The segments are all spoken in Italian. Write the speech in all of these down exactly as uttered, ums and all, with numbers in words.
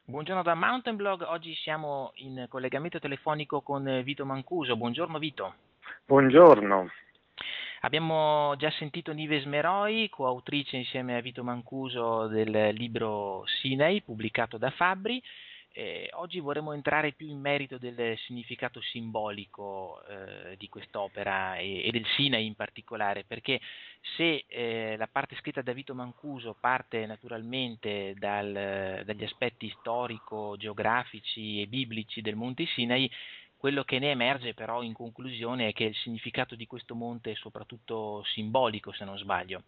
Buongiorno da Mountain Blog, oggi siamo in collegamento telefonico con eh, Vito Mancuso. Buongiorno Vito. Buongiorno. Abbiamo già sentito Nives Meroi, coautrice insieme a Vito Mancuso del libro Sinai, pubblicato da Fabbri. Eh, oggi vorremmo entrare più in merito del significato simbolico eh, di quest'opera e, e del Sinai in particolare, perché se eh, la parte scritta da Vito Mancuso parte naturalmente dal- dagli aspetti storico-geografici e biblici del Monte Sinai, quello che ne emerge però in conclusione è che il significato di questo monte è soprattutto simbolico, se non sbaglio.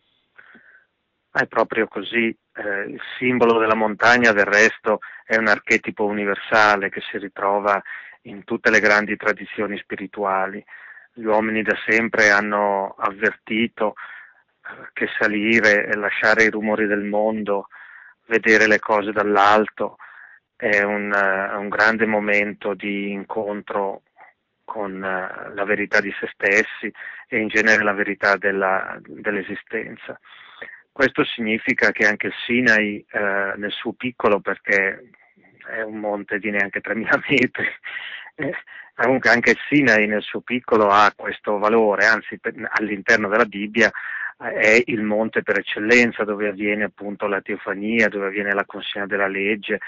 È proprio così. Eh, il simbolo della montagna, del resto, è un archetipo universale che si ritrova in tutte le grandi tradizioni spirituali. Gli uomini da sempre hanno avvertito eh, che salire e lasciare i rumori del mondo, vedere le cose dall'alto, è un, eh, un grande momento di incontro con eh, la verità di se stessi e in genere la verità della- dell'esistenza. Questo significa che anche il Sinai, eh, nel suo piccolo, perché è un monte di neanche tremila metri, eh, comunque anche il Sinai nel suo piccolo ha questo valore, anzi per, all'interno della Bibbia eh, è il monte per eccellenza dove avviene appunto la teofania, dove avviene la consegna della legge,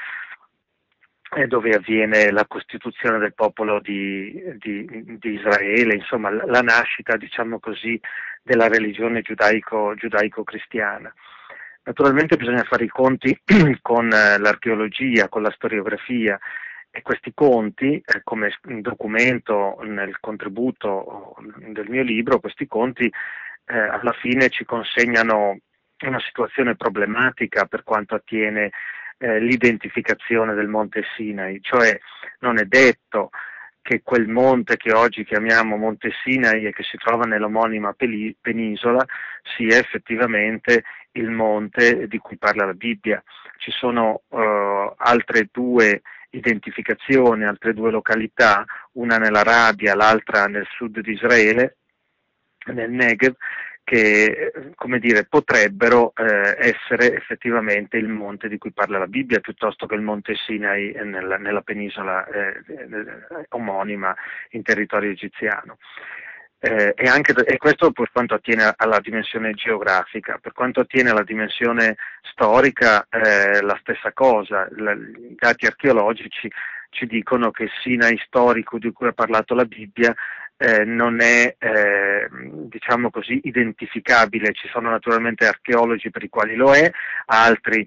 e dove avviene la costituzione del popolo di, di, di Israele, insomma la, la nascita, diciamo così, della religione giudaico, giudaico-cristiana. Naturalmente bisogna fare i conti con eh, l'archeologia, con la storiografia, e questi conti, eh, come documento nel contributo del mio libro, questi conti eh, alla fine ci consegnano una situazione problematica per quanto attiene eh, l'identificazione del Monte Sinai, cioè non è detto che quel monte che oggi chiamiamo Monte Sinai e che si trova nell'omonima peli- penisola sia effettivamente il monte di cui parla la Bibbia. Ci sono eh, altre due identificazioni, altre due località, una nell'Arabia, l'altra nel sud di Israele, nel Negev, che come dire, potrebbero eh, essere effettivamente il monte di cui parla la Bibbia piuttosto che il monte Sinai nella, nella penisola eh, eh, omonima in territorio egiziano. Eh, e, anche, e questo per quanto attiene alla dimensione geografica. Per quanto attiene alla dimensione storica, eh, la stessa cosa. La, I dati archeologici ci dicono che il Sinai storico di cui ha parlato la Bibbia eh, non è, eh, diciamo così, identificabile. Ci sono naturalmente archeologi per i quali lo è, altri,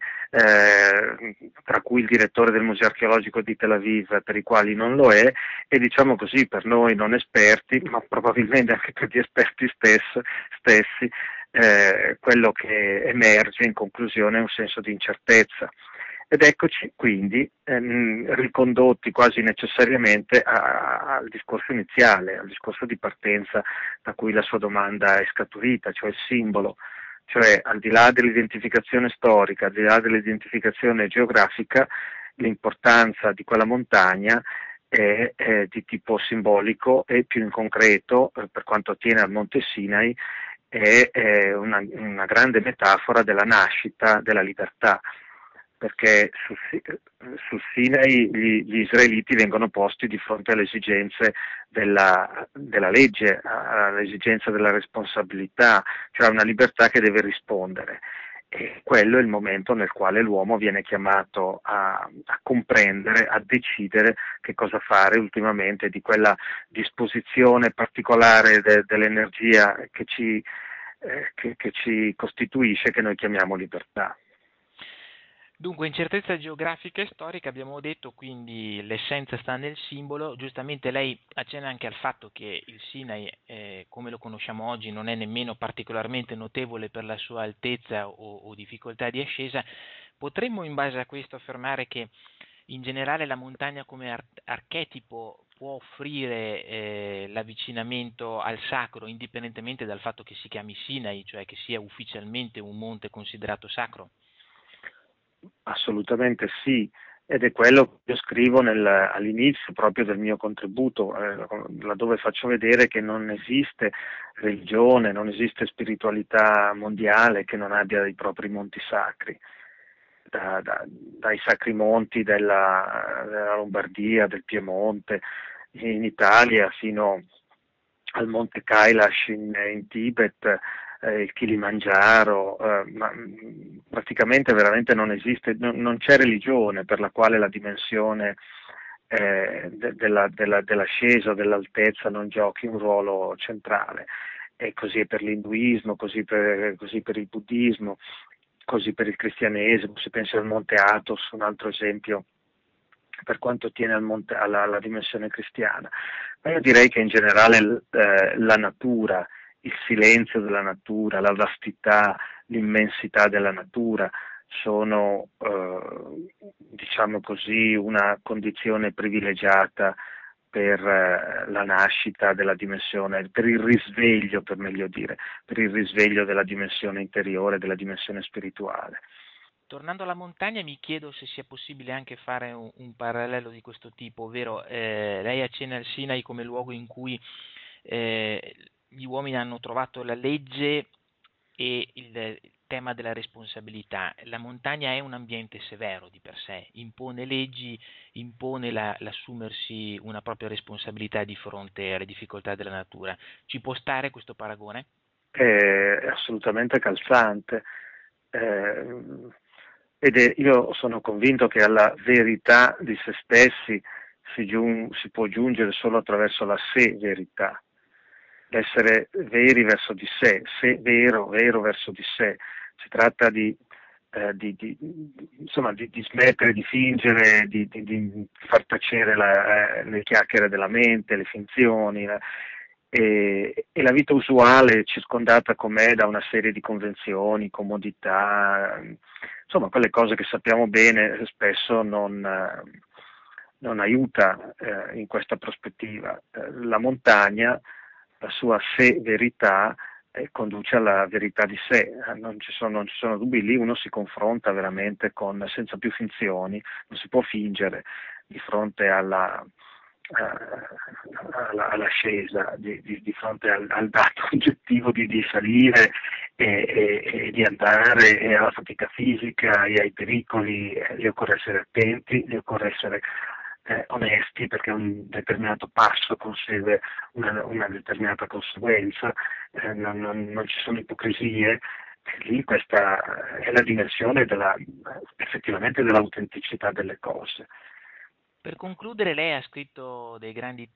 eh, tra cui il direttore del Museo archeologico di Tel Aviv, per i quali non lo è, e diciamo così per noi non esperti, ma probabilmente anche per gli esperti stesso, stessi, eh, quello che emerge in conclusione è un senso di incertezza. Ed eccoci quindi ehm, ricondotti quasi necessariamente a- al discorso iniziale, al discorso di partenza da cui la sua domanda è scaturita, cioè il simbolo, cioè al di là dell'identificazione storica, al di là dell'identificazione geografica, l'importanza di quella montagna è, è di tipo simbolico e più in concreto, eh, per quanto attiene al Monte Sinai, è, è una, una grande metafora della nascita della libertà, perché su, su Sinai gli, gli israeliti vengono posti di fronte alle esigenze della, della legge, all'esigenza della responsabilità, cioè una libertà che deve rispondere. E quello è il momento nel quale l'uomo viene chiamato a, a comprendere, a decidere che cosa fare ultimamente di quella disposizione particolare de, dell'energia che ci, eh, che, che ci costituisce, che noi chiamiamo libertà. Dunque, incertezza geografica e storica, abbiamo detto, quindi l'essenza sta nel simbolo. Giustamente lei accenna anche al fatto che il Sinai, eh, come lo conosciamo oggi, non è nemmeno particolarmente notevole per la sua altezza o, o difficoltà di ascesa. Potremmo in base a questo affermare che in generale la montagna come ar- archetipo può offrire eh, l'avvicinamento al sacro, indipendentemente dal fatto che si chiami Sinai, cioè che sia ufficialmente un monte considerato sacro? Assolutamente sì, ed è quello che io scrivo nel, all'inizio proprio del mio contributo, eh, laddove faccio vedere che non esiste religione, non esiste spiritualità mondiale che non abbia i propri monti sacri. da, da, dai sacri monti della, della Lombardia, del Piemonte, in Italia, fino al monte Kailash in, in Tibet, eh, il Kilimangiaro, eh, ma mh, praticamente veramente non esiste, non, non c'è religione per la quale la dimensione eh, de, della, della, dell'ascesa, dell'altezza non giochi un ruolo centrale. E così è per l'induismo, così per, così per il buddismo, così per il cristianesimo. Se pensi al monte Athos, un altro esempio per quanto attiene al monte, alla, alla dimensione cristiana. Ma io direi che in generale eh, la natura, il silenzio della natura, la vastità, l'immensità della natura sono, eh, diciamo così, una condizione privilegiata per eh, la nascita della dimensione, per il risveglio, per meglio dire, per il risveglio della dimensione interiore, della dimensione spirituale. Tornando alla montagna, mi chiedo se sia possibile anche fare un, un parallelo di questo tipo, ovvero eh, lei accenna al Sinai come luogo in cui eh, gli uomini hanno trovato la legge e il, il tema della responsabilità. La montagna è un ambiente severo di per sé, impone leggi, impone la, l'assumersi una propria responsabilità di fronte alle difficoltà della natura. Ci può stare questo paragone? È assolutamente calzante. Eh, ed è, io sono convinto che alla verità di se stessi si, giun- si può giungere solo attraverso la sé verità, l'essere veri verso di sé, se vero, vero verso di sé. Si tratta di, eh, di, di, insomma, di, di smettere di fingere, di, di, di far tacere la, eh, le chiacchiere della mente, le finzioni. La, e, e la vita usuale, circondata com'è da una serie di convenzioni, comodità, insomma quelle cose che sappiamo bene, spesso non, eh, non aiuta eh, in questa prospettiva. Eh, la montagna, la sua sé verità, eh, conduce alla verità di sé, eh, non ci, sono, non ci sono dubbi, lì uno si confronta veramente con, senza più finzioni, non si può fingere di fronte alla, alla, all'ascesa, di, di, di fronte al, al dato oggettivo di, di salire e, e, e di andare, e alla fatica fisica e ai pericoli. Eh, lì occorre essere attenti, lì occorre essere eh, onesti, perché un determinato passo consegue una, una determinata conseguenza, eh, non, non, non ci sono ipocrisie. Lì questa è la dimensione della, effettivamente dell'autenticità delle cose. Per concludere, lei ha scritto dei grandi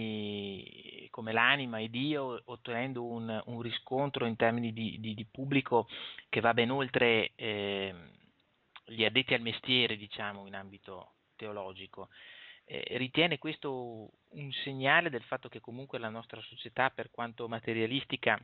temi come l'anima e Dio, ottenendo un, un riscontro in termini di, di, di pubblico che va ben oltre eh, gli addetti al mestiere, diciamo, in ambito teologico. Eh, ritiene questo un segnale del fatto che comunque la nostra società, per quanto materialistica,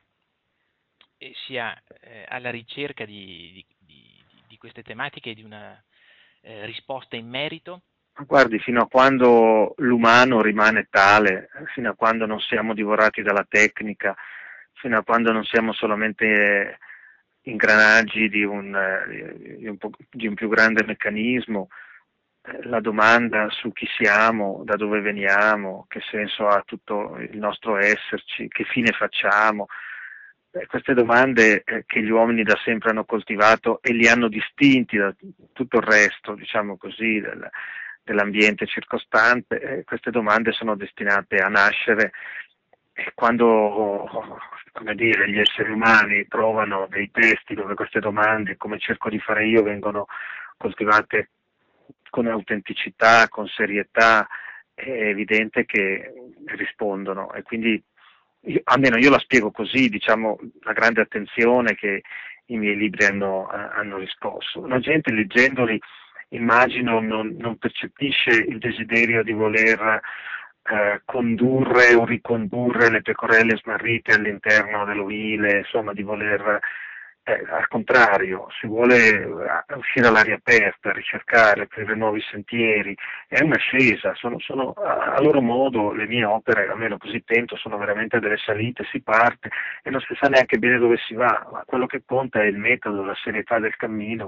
eh, sia eh, alla ricerca di, di, di, di queste tematiche e di una eh, risposta in merito? Guardi, fino a quando l'umano rimane tale, fino a quando non siamo divorati dalla tecnica, fino a quando non siamo solamente ingranaggi di un, eh, di un, po', di un più grande meccanismo, eh, la domanda su chi siamo, da dove veniamo, che senso ha tutto il nostro esserci, che fine facciamo, eh, queste domande eh, che gli uomini da sempre hanno coltivato e li hanno distinti da tutto il resto, diciamo così, del, dell'ambiente circostante, eh, queste domande sono destinate a nascere e quando, come dire, gli esseri umani trovano dei testi dove queste domande, come cerco di fare io, vengono coltivate con autenticità, con serietà, è evidente che rispondono. E quindi io, almeno io la spiego così, diciamo, la grande attenzione che i miei libri hanno, hanno riscosso. La gente leggendoli, immagino, non, non percepisce il desiderio di voler eh, condurre o ricondurre le pecorelle smarrite all'interno dell'ovile, insomma di voler, eh, al contrario, si vuole eh, uscire all'aria aperta, ricercare, aprire nuovi sentieri, è un'ascesa, sono, sono a loro modo le mie opere, almeno così tento, sono veramente delle salite, si parte e non si sa neanche bene dove si va, ma quello che conta è il metodo, la serietà del cammino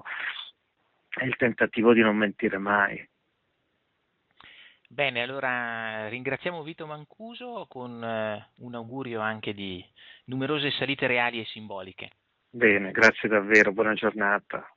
e il tentativo di non mentire mai. Bene, allora ringraziamo Vito Mancuso con eh, un augurio anche di numerose salite reali e simboliche. Bene, grazie davvero, buona giornata.